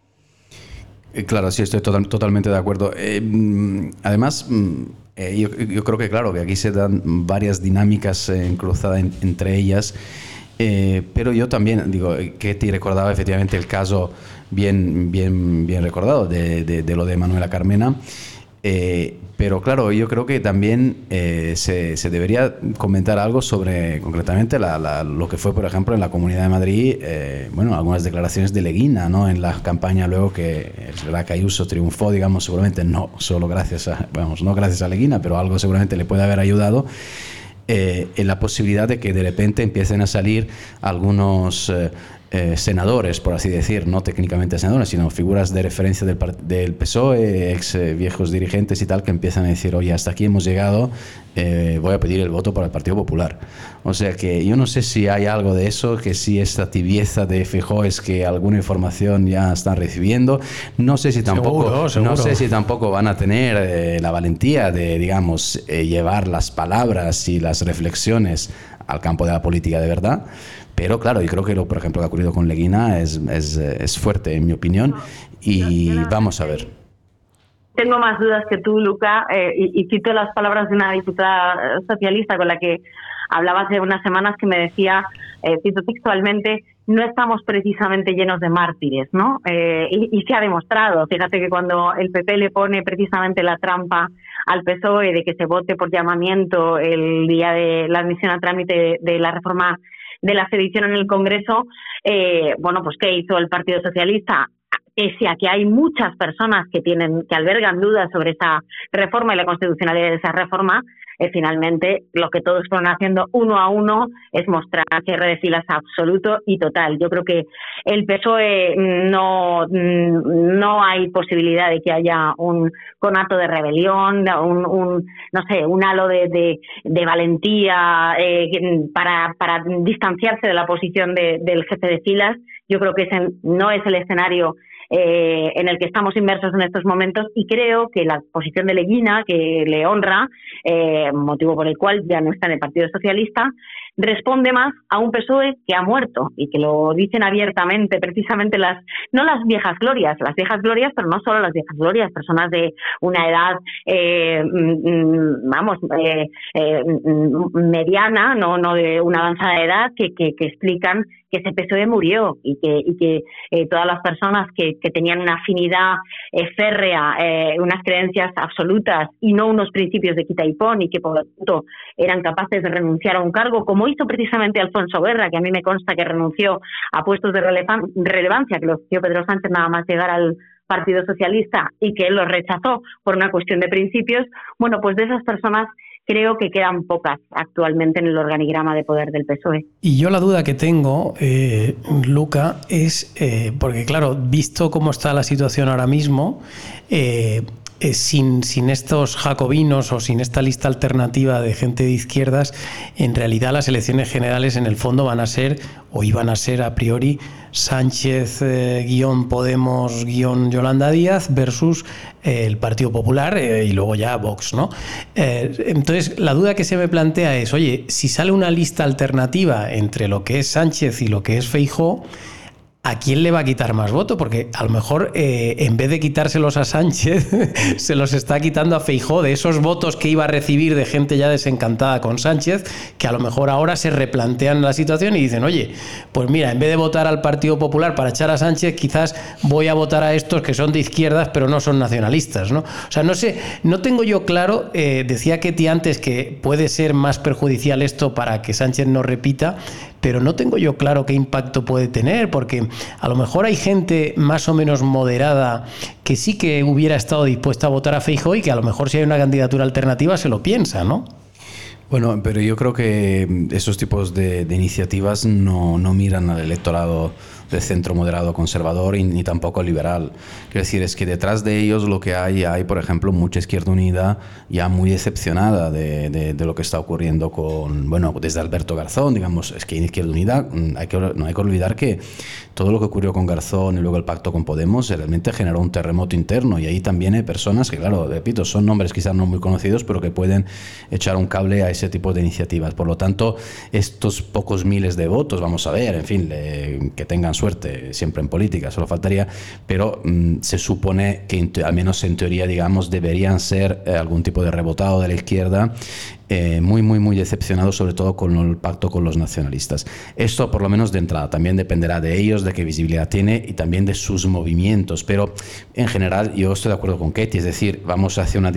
Claro, sí, estoy totalmente de acuerdo. Además, yo creo que claro, que aquí se dan varias dinámicas cruzadas entre ellas, pero yo también digo que te recordaba efectivamente el caso bien recordado de lo de Manuela Carmena. Pero claro, yo creo que también se debería comentar algo sobre concretamente lo que fue, por ejemplo, en la Comunidad de Madrid, algunas declaraciones de Leguina, ¿no? En la campaña luego que es verdad que Ayuso triunfó, digamos, seguramente no solo gracias a Leguina, pero algo seguramente le puede haber ayudado, en la posibilidad de que de repente empiecen a salir algunos senadores, por así decir, no técnicamente senadores, sino figuras de referencia del PSOE, ex viejos dirigentes y tal, que empiezan a decir, oye, hasta aquí hemos llegado, voy a pedir el voto para el Partido Popular. O sea que yo no sé si hay algo de eso, que si esta tibieza de Feijóo es que alguna información ya están recibiendo. No sé si tampoco, seguro. No sé si tampoco van a tener la valentía de, digamos, llevar las palabras y las reflexiones al campo de la política de verdad. Pero claro, yo creo que por ejemplo, lo que ha ocurrido con Leguina es fuerte, en mi opinión, y vamos a ver. Tengo más dudas que tú, Luca, y cito las palabras de una diputada socialista con la que hablaba hace unas semanas, que me decía, cito textualmente, no estamos precisamente llenos de mártires, ¿no? Y se ha demostrado. Fíjate que cuando el PP le pone precisamente la trampa al PSOE de que se vote por llamamiento el día de la admisión a trámite de la reforma de la sedición en el Congreso, pues ¿qué hizo el Partido Socialista? Pese a que hay muchas personas que albergan dudas sobre esa reforma y la constitucionalidad de esa reforma, finalmente lo que todos fueron haciendo uno a uno es mostrar cierre de filas absoluto y total. Yo creo que el PSOE no hay posibilidad de que haya un conato de rebelión, un halo de valentía para distanciarse de la posición del jefe de filas. Yo creo que ese no es el escenario en el que estamos inmersos en estos momentos, y creo que la posición de Leguina, que le honra, motivo por el cual ya no está en el Partido Socialista, responde más a un PSOE que ha muerto, y que lo dicen abiertamente precisamente no las viejas glorias, pero no solo las viejas glorias, personas de una edad mediana, no de una avanzada edad, que explican que ese PSOE murió y que todas las personas que tenían una afinidad férrea, unas creencias absolutas y no unos principios de quita y pon, y que por lo tanto eran capaces de renunciar a un cargo, como hizo precisamente Alfonso Guerra, que a mí me consta que renunció a puestos de relevancia, que lo ofreció Pedro Sánchez nada más llegar al Partido Socialista y que él los rechazó por una cuestión de principios. Bueno, pues de esas personas creo que quedan pocas actualmente en el organigrama de poder del PSOE. Y yo la duda que tengo, Luca, es, porque claro, visto cómo está la situación ahora mismo, sin estos jacobinos o sin esta lista alternativa de gente de izquierdas, en realidad las elecciones generales en el fondo van a ser, o iban a ser a priori, Sánchez Podemos Yolanda Díaz versus el Partido Popular y luego ya Vox, ¿no? Entonces la duda que se me plantea es, oye, si sale una lista alternativa entre lo que es Sánchez y lo que es Feijóo, ¿a quién le va a quitar más voto? Porque a lo mejor en vez de quitárselos a Sánchez, se los está quitando a Feijóo, de esos votos que iba a recibir de gente ya desencantada con Sánchez, que a lo mejor ahora se replantean la situación y dicen, oye, pues mira, en vez de votar al Partido Popular para echar a Sánchez, quizás voy a votar a estos que son de izquierdas pero no son nacionalistas, ¿no? O sea, no sé, no tengo yo claro, decía Ketty antes que puede ser más perjudicial esto para que Sánchez no repita, pero no tengo yo claro qué impacto puede tener, porque a lo mejor hay gente más o menos moderada que sí que hubiera estado dispuesta a votar a Feijóo y que a lo mejor si hay una candidatura alternativa se lo piensa, ¿no? Bueno, pero yo creo que esos tipos de iniciativas no miran al electorado de centro moderado conservador ni tampoco liberal. Quiero decir, es que detrás de ellos lo que hay, por ejemplo, mucha Izquierda Unida ya muy decepcionada de lo que está ocurriendo con, bueno, desde Alberto Garzón, digamos, es que en Izquierda Unida no hay que olvidar que todo lo que ocurrió con Garzón y luego el pacto con Podemos realmente generó un terremoto interno, y ahí también hay personas que, claro, repito, son nombres quizás no muy conocidos, pero que pueden echar un cable a ese tipo de iniciativas. Por lo tanto, estos pocos miles de votos, vamos a ver, en fin, que tengan suerte siempre en política, solo faltaría, pero se supone que al menos en teoría, digamos, deberían ser algún tipo de rebotado de la izquierda, muy decepcionado, sobre todo con el pacto con los nacionalistas. Esto, por lo menos de entrada, también dependerá de ellos, de qué visibilidad tiene y también de sus movimientos, pero en general yo estoy de acuerdo con Ketty, es decir, vamos hacia una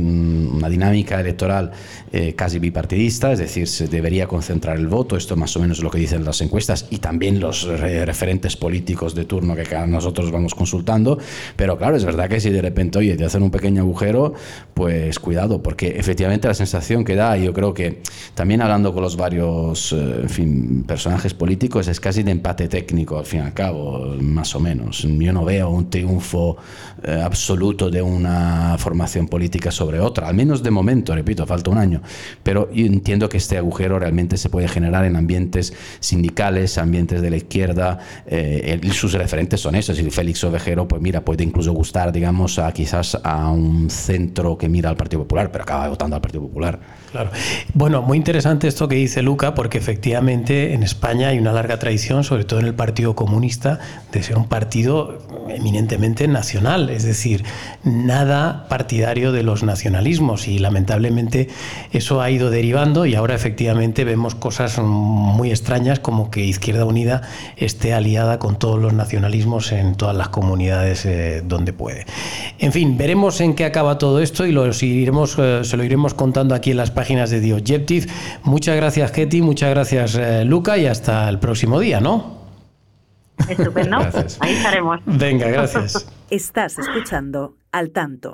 dinámica electoral casi bipartidista, es decir, se debería concentrar el voto, esto más o menos es lo que dicen las encuestas y también los referentes políticos de turno que nosotros vamos consultando, pero claro, es verdad que si de repente, oye, te hacen un pequeño agujero, pues cuidado, porque efectivamente la sensación que da, y yo creo que también hablando con los varios personajes políticos, es casi de empate técnico al fin y al cabo, más o menos. Yo no veo un triunfo absoluto de una formación política sobre otra, al menos de momento, repito, falta un año, pero yo entiendo que este agujero realmente se puede generar en ambientes sindicales, ambientes de la izquierda, sus referentes son esos, y Félix Ovejero, pues mira, puede incluso gustar, digamos, quizás a un centro que mira al Partido Popular, pero acaba votando al Partido Popular. Claro. Bueno, muy interesante esto que dice Luca, porque efectivamente en España hay una larga tradición, sobre todo en el Partido Comunista, de ser un partido eminentemente nacional, es decir, nada partidario de los nacionalismos, y lamentablemente eso ha ido derivando y ahora efectivamente vemos cosas muy extrañas, como que Izquierda Unida esté aliada con todos los nacionalismos en todas las comunidades donde puede. En fin, veremos en qué acaba todo esto y se lo iremos contando aquí en las páginas de The Objective. Muchas gracias, Ketty, muchas gracias, Luca, y hasta el próximo día, ¿no? Estupendo. Gracias. Ahí estaremos. Venga, gracias. Estás escuchando Al Tanto.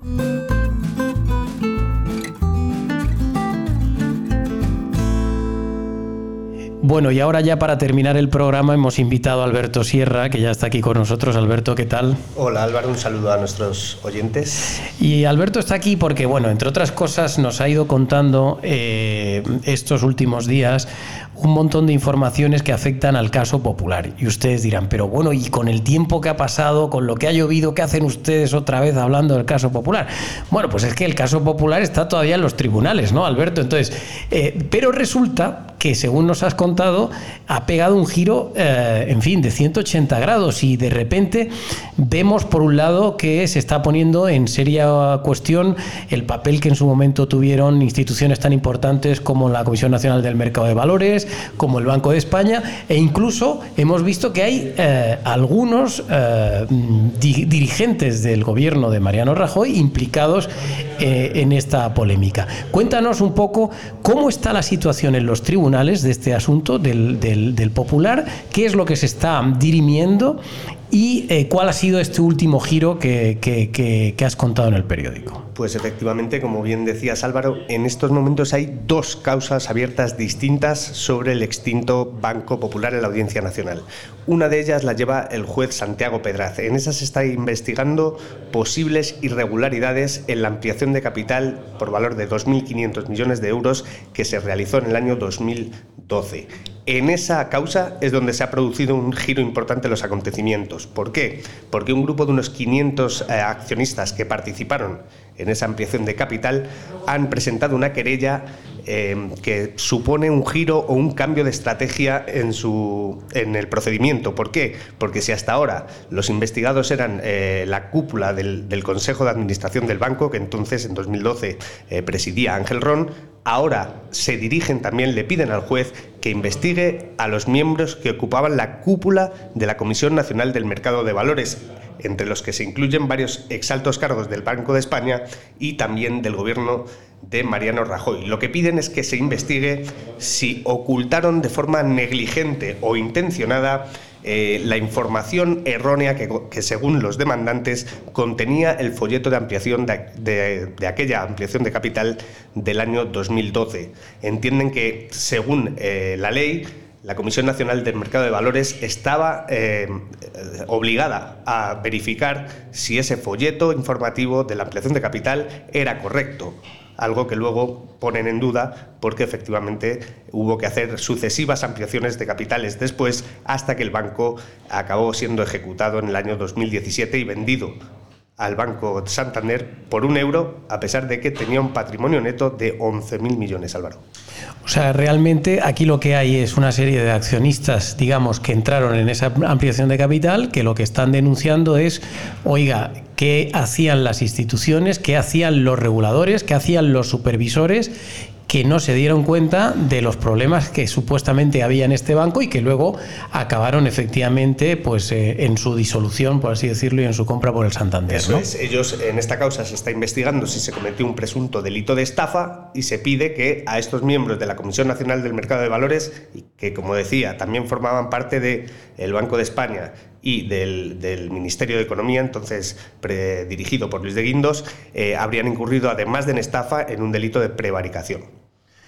Bueno, y ahora ya para terminar el programa hemos invitado a Alberto Sierra, que ya está aquí con nosotros. Alberto, ¿qué tal? Hola Álvaro, un saludo a nuestros oyentes. Y Alberto está aquí porque, bueno, entre otras cosas nos ha ido contando estos últimos días un montón de informaciones que afectan al caso Popular. Y ustedes dirán, pero bueno, y con el tiempo que ha pasado, con lo que ha llovido, ¿qué hacen ustedes otra vez hablando del caso Popular? Bueno, pues es que el caso Popular está todavía en los tribunales, ¿no, Alberto? Entonces, pero resulta que, según nos has contado, ha pegado un giro, en fin, de 180 grados, y de repente vemos, por un lado, que se está poniendo en seria cuestión el papel que en su momento tuvieron instituciones tan importantes como la Comisión Nacional del Mercado de Valores, como el Banco de España, e incluso hemos visto que hay algunos dirigentes del gobierno de Mariano Rajoy implicados en esta polémica. Cuéntanos un poco cómo está la situación en los tribunales de este asunto del Popular, qué es lo que se está dirimiendo y cuál ha sido este último giro que has contado en el periódico. Pues efectivamente, como bien decías Álvaro, en estos momentos hay dos causas abiertas distintas sobre el extinto Banco Popular en la Audiencia Nacional. Una de ellas la lleva el juez Santiago Pedraz. En esa se está investigando posibles irregularidades en la ampliación de capital por valor de 2.500 millones de euros que se realizó en el año 2012. En esa causa es donde se ha producido un giro importante en los acontecimientos. ¿Por qué? Porque un grupo de unos 500 accionistas que participaron en esa ampliación de capital han presentado una querella que supone un giro o un cambio de estrategia en el procedimiento. ¿Por qué? Porque si hasta ahora los investigados eran la cúpula del Consejo de Administración del banco, que entonces en 2012 presidía Ángel Ron, ahora se dirigen también, le piden al juez que investigue a los miembros que ocupaban la cúpula de la Comisión Nacional del Mercado de Valores, entre los que se incluyen varios exaltos cargos del Banco de España y también del gobierno de Mariano Rajoy. Lo que piden es que se investigue si ocultaron de forma negligente o intencionada la información errónea que según los demandantes contenía el folleto de ampliación de aquella ampliación de capital del año 2012. Entienden que según la ley, la Comisión Nacional del Mercado de Valores estaba obligada a verificar si ese folleto informativo de la ampliación de capital era correcto, algo que luego ponen en duda porque efectivamente hubo que hacer sucesivas ampliaciones de capitales después hasta que el banco acabó siendo ejecutado en el año 2017 y vendido al Banco Santander por €1, a pesar de que tenía un patrimonio neto de 11.000 millones, Álvaro. O sea, realmente aquí lo que hay es una serie de accionistas, digamos, que entraron en esa ampliación de capital, que lo que están denunciando es, oiga, ¿qué hacían las instituciones, qué hacían los reguladores, qué hacían los supervisores, que no se dieron cuenta de los problemas que supuestamente había en este banco y que luego acabaron efectivamente pues en su disolución, por así decirlo, y en su compra por el Santander? Eso ¿no? es. Ellos, en esta causa se está investigando si se cometió un presunto delito de estafa y se pide que a estos miembros de la Comisión Nacional del Mercado de Valores, que como decía también formaban parte del Banco de España y del Ministerio de Economía, entonces dirigido por Luis de Guindos, habrían incurrido, además de en estafa, en un delito de prevaricación.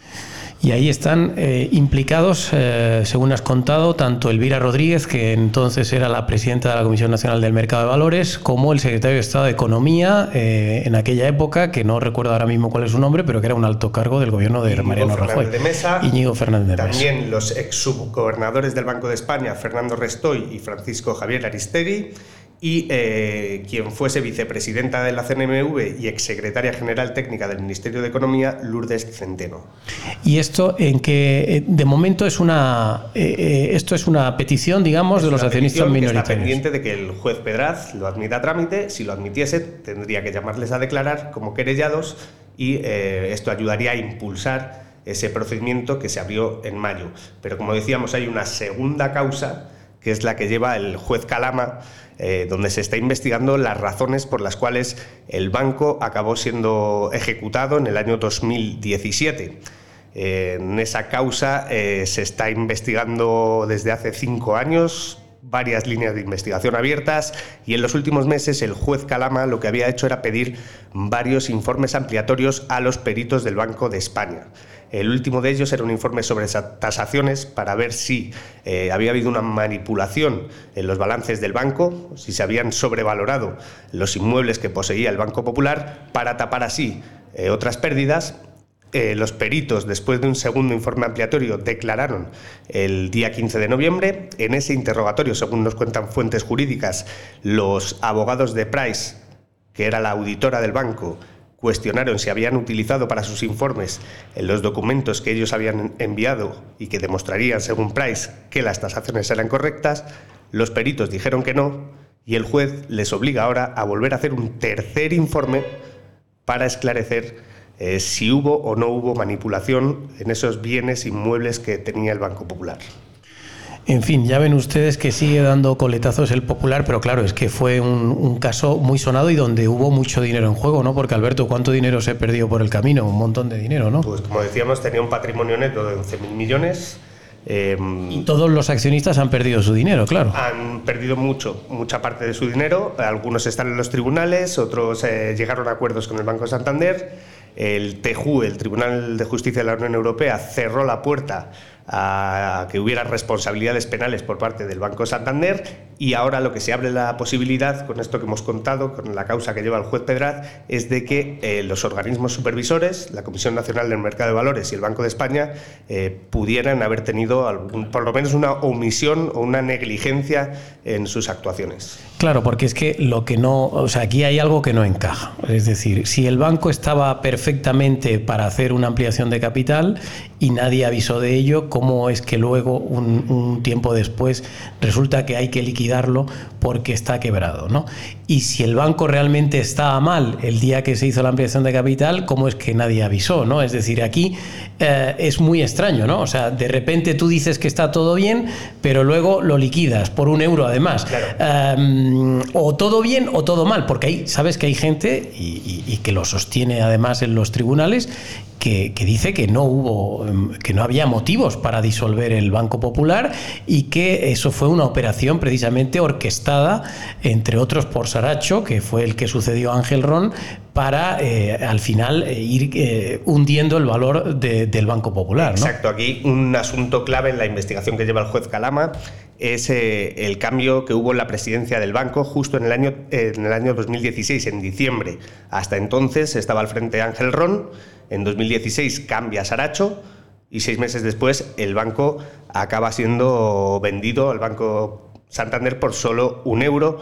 Y ahí están implicados, según has contado, tanto Elvira Rodríguez, que entonces era la presidenta de la Comisión Nacional del Mercado de Valores, como el secretario de Estado de Economía en aquella época, que no recuerdo ahora mismo cuál es su nombre, pero que era un alto cargo del gobierno de Mariano Rajoy. Íñigo Fernández de Mesa. También los ex subgobernadores del Banco de España, Fernando Restoy y Francisco Javier Aristegui, y quien fuese vicepresidenta de la CNMV y exsecretaria general técnica del Ministerio de Economía, Lourdes Centeno. Y esto en que de momento es esto es una petición, digamos, de los accionistas minoritarios. Está pendiente de que el juez Pedraz lo admita a trámite. Si lo admitiese, tendría que llamarles a declarar como querellados y esto ayudaría a impulsar ese procedimiento que se abrió en mayo. Pero como decíamos, hay una segunda causa, que es la que lleva el juez Calama, donde se está investigando las razones por las cuales el banco acabó siendo ejecutado en el año 2017. En esa causa se está investigando desde hace 5 años, varias líneas de investigación abiertas, y en los últimos meses el juez Calama lo que había hecho era pedir varios informes ampliatorios a los peritos del Banco de España. El último de ellos era un informe sobre tasaciones para ver si había habido una manipulación en los balances del banco, si se habían sobrevalorado los inmuebles que poseía el Banco Popular, para tapar así otras pérdidas. Los peritos, después de un segundo informe ampliatorio, declararon el día 15 de noviembre. En ese interrogatorio, según nos cuentan fuentes jurídicas, los abogados de Price, que era la auditora del banco, cuestionaron si habían utilizado para sus informes los documentos que ellos habían enviado y que demostrarían, según Price, que las tasaciones eran correctas. Los peritos dijeron que no y el juez les obliga ahora a volver a hacer un tercer informe para esclarecer si hubo o no hubo manipulación en esos bienes inmuebles que tenía el Banco Popular. En fin, ya ven ustedes que sigue dando coletazos el Popular, pero claro, es que fue un caso muy sonado y donde hubo mucho dinero en juego, ¿no? Porque, Alberto, ¿cuánto dinero se perdió por el camino? Un montón de dinero, ¿no? Pues como decíamos, tenía un patrimonio neto de 11.000 millones. Y todos los accionistas han perdido su dinero, claro. Han perdido mucha parte de su dinero. Algunos están en los tribunales, otros llegaron a acuerdos con el Banco Santander. El TJU, el Tribunal de Justicia de la Unión Europea, cerró la puerta a que hubiera responsabilidades penales por parte del Banco Santander, y ahora lo que se abre la posibilidad, con esto que hemos contado, con la causa que lleva el juez Pedraz, es de que los organismos supervisores, la Comisión Nacional del Mercado de Valores y el Banco de España, pudieran haber tenido por lo menos una omisión o una negligencia en sus actuaciones. Claro, porque es que aquí hay algo que no encaja. Es decir, si el banco estaba perfectamente para hacer una ampliación de capital y nadie avisó de ello, ¿cómo es que luego, un tiempo después, resulta que hay que liquidarlo porque está quebrado, ¿no? Y si el banco realmente estaba mal el día que se hizo la ampliación de capital, ¿cómo es que nadie avisó, ¿no? Es decir, aquí es muy extraño, ¿no? O sea, de repente tú dices que está todo bien, pero luego lo liquidas por €1 además. Claro. O todo bien o todo mal, porque sabes que hay gente, y que lo sostiene además en los tribunales, que dice que no había motivos para disolver el Banco Popular y que eso fue una operación precisamente orquestada, entre otros por Saracho, que fue el que sucedió a Ángel Ron, para al final ir hundiendo el valor del Banco Popular, ¿no? Exacto, aquí un asunto clave en la investigación que lleva el juez Calama es el cambio que hubo en la presidencia del banco justo en el año 2016, en diciembre. Hasta entonces estaba al frente Ángel Ron. En 2016 cambia Saracho y 6 meses después el banco acaba siendo vendido al Banco Santander por solo €1.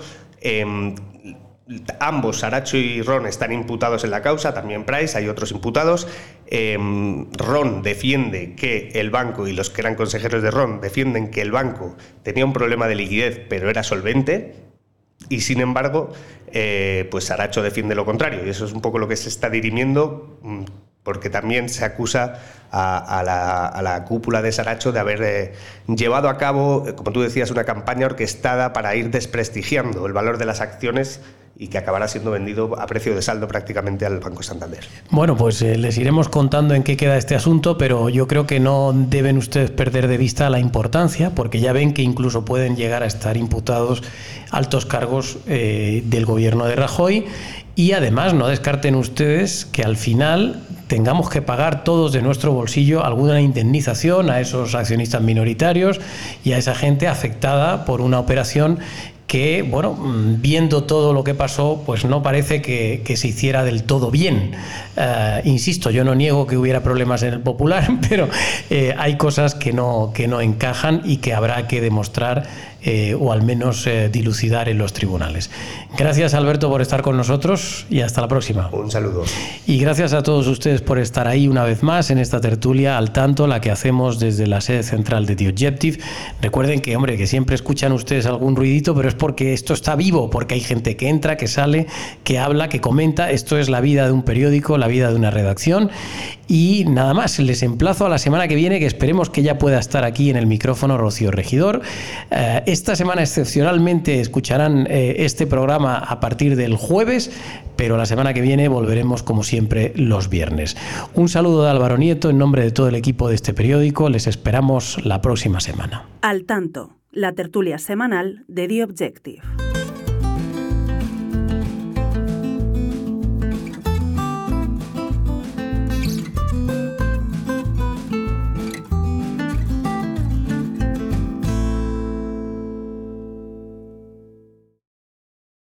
Ambos, Saracho y Ron, están imputados en la causa, también Price, hay otros imputados. Ron defiende que el banco, y los que eran consejeros de Ron defienden que el banco tenía un problema de liquidez pero era solvente, y sin embargo pues Saracho defiende lo contrario, y eso es un poco lo que se está dirimiendo, porque también se acusa a la cúpula de Saracho de haber llevado a cabo, como tú decías, una campaña orquestada para ir desprestigiando el valor de las acciones y que acabará siendo vendido a precio de saldo prácticamente al Banco Santander. Bueno, pues les iremos contando en qué queda este asunto, pero yo creo que no deben ustedes perder de vista la importancia, porque ya ven que incluso pueden llegar a estar imputados altos cargos del gobierno de Rajoy, y además no descarten ustedes que al final tengamos que pagar todos de nuestro bolsillo alguna indemnización a esos accionistas minoritarios y a esa gente afectada por una operación que, bueno, viendo todo lo que pasó, pues no parece que se hiciera del todo bien. Insisto, yo no niego que hubiera problemas en el Popular, pero hay cosas que no encajan y que habrá que demostrar o al menos dilucidar en los tribunales. Gracias, Alberto, por estar con nosotros y hasta la próxima. Un saludo. Y gracias a todos ustedes por estar ahí una vez más en esta tertulia al tanto, la que hacemos desde la sede central de The Objective. Recuerden que, hombre, que siempre escuchan ustedes algún ruidito, pero es porque esto está vivo, porque hay gente que entra, que sale, que habla, que comenta. Esto es la vida de un periódico, la vida de una redacción. Y nada más, les emplazo a la semana que viene, que esperemos que ya pueda estar aquí en el micrófono Rocío Regidor. Esta semana excepcionalmente escucharán este programa a partir del jueves, pero la semana que viene volveremos como siempre los viernes. Un saludo de Álvaro Nieto en nombre de todo el equipo de este periódico. Les esperamos la próxima semana. Al tanto, la tertulia semanal de The Objective.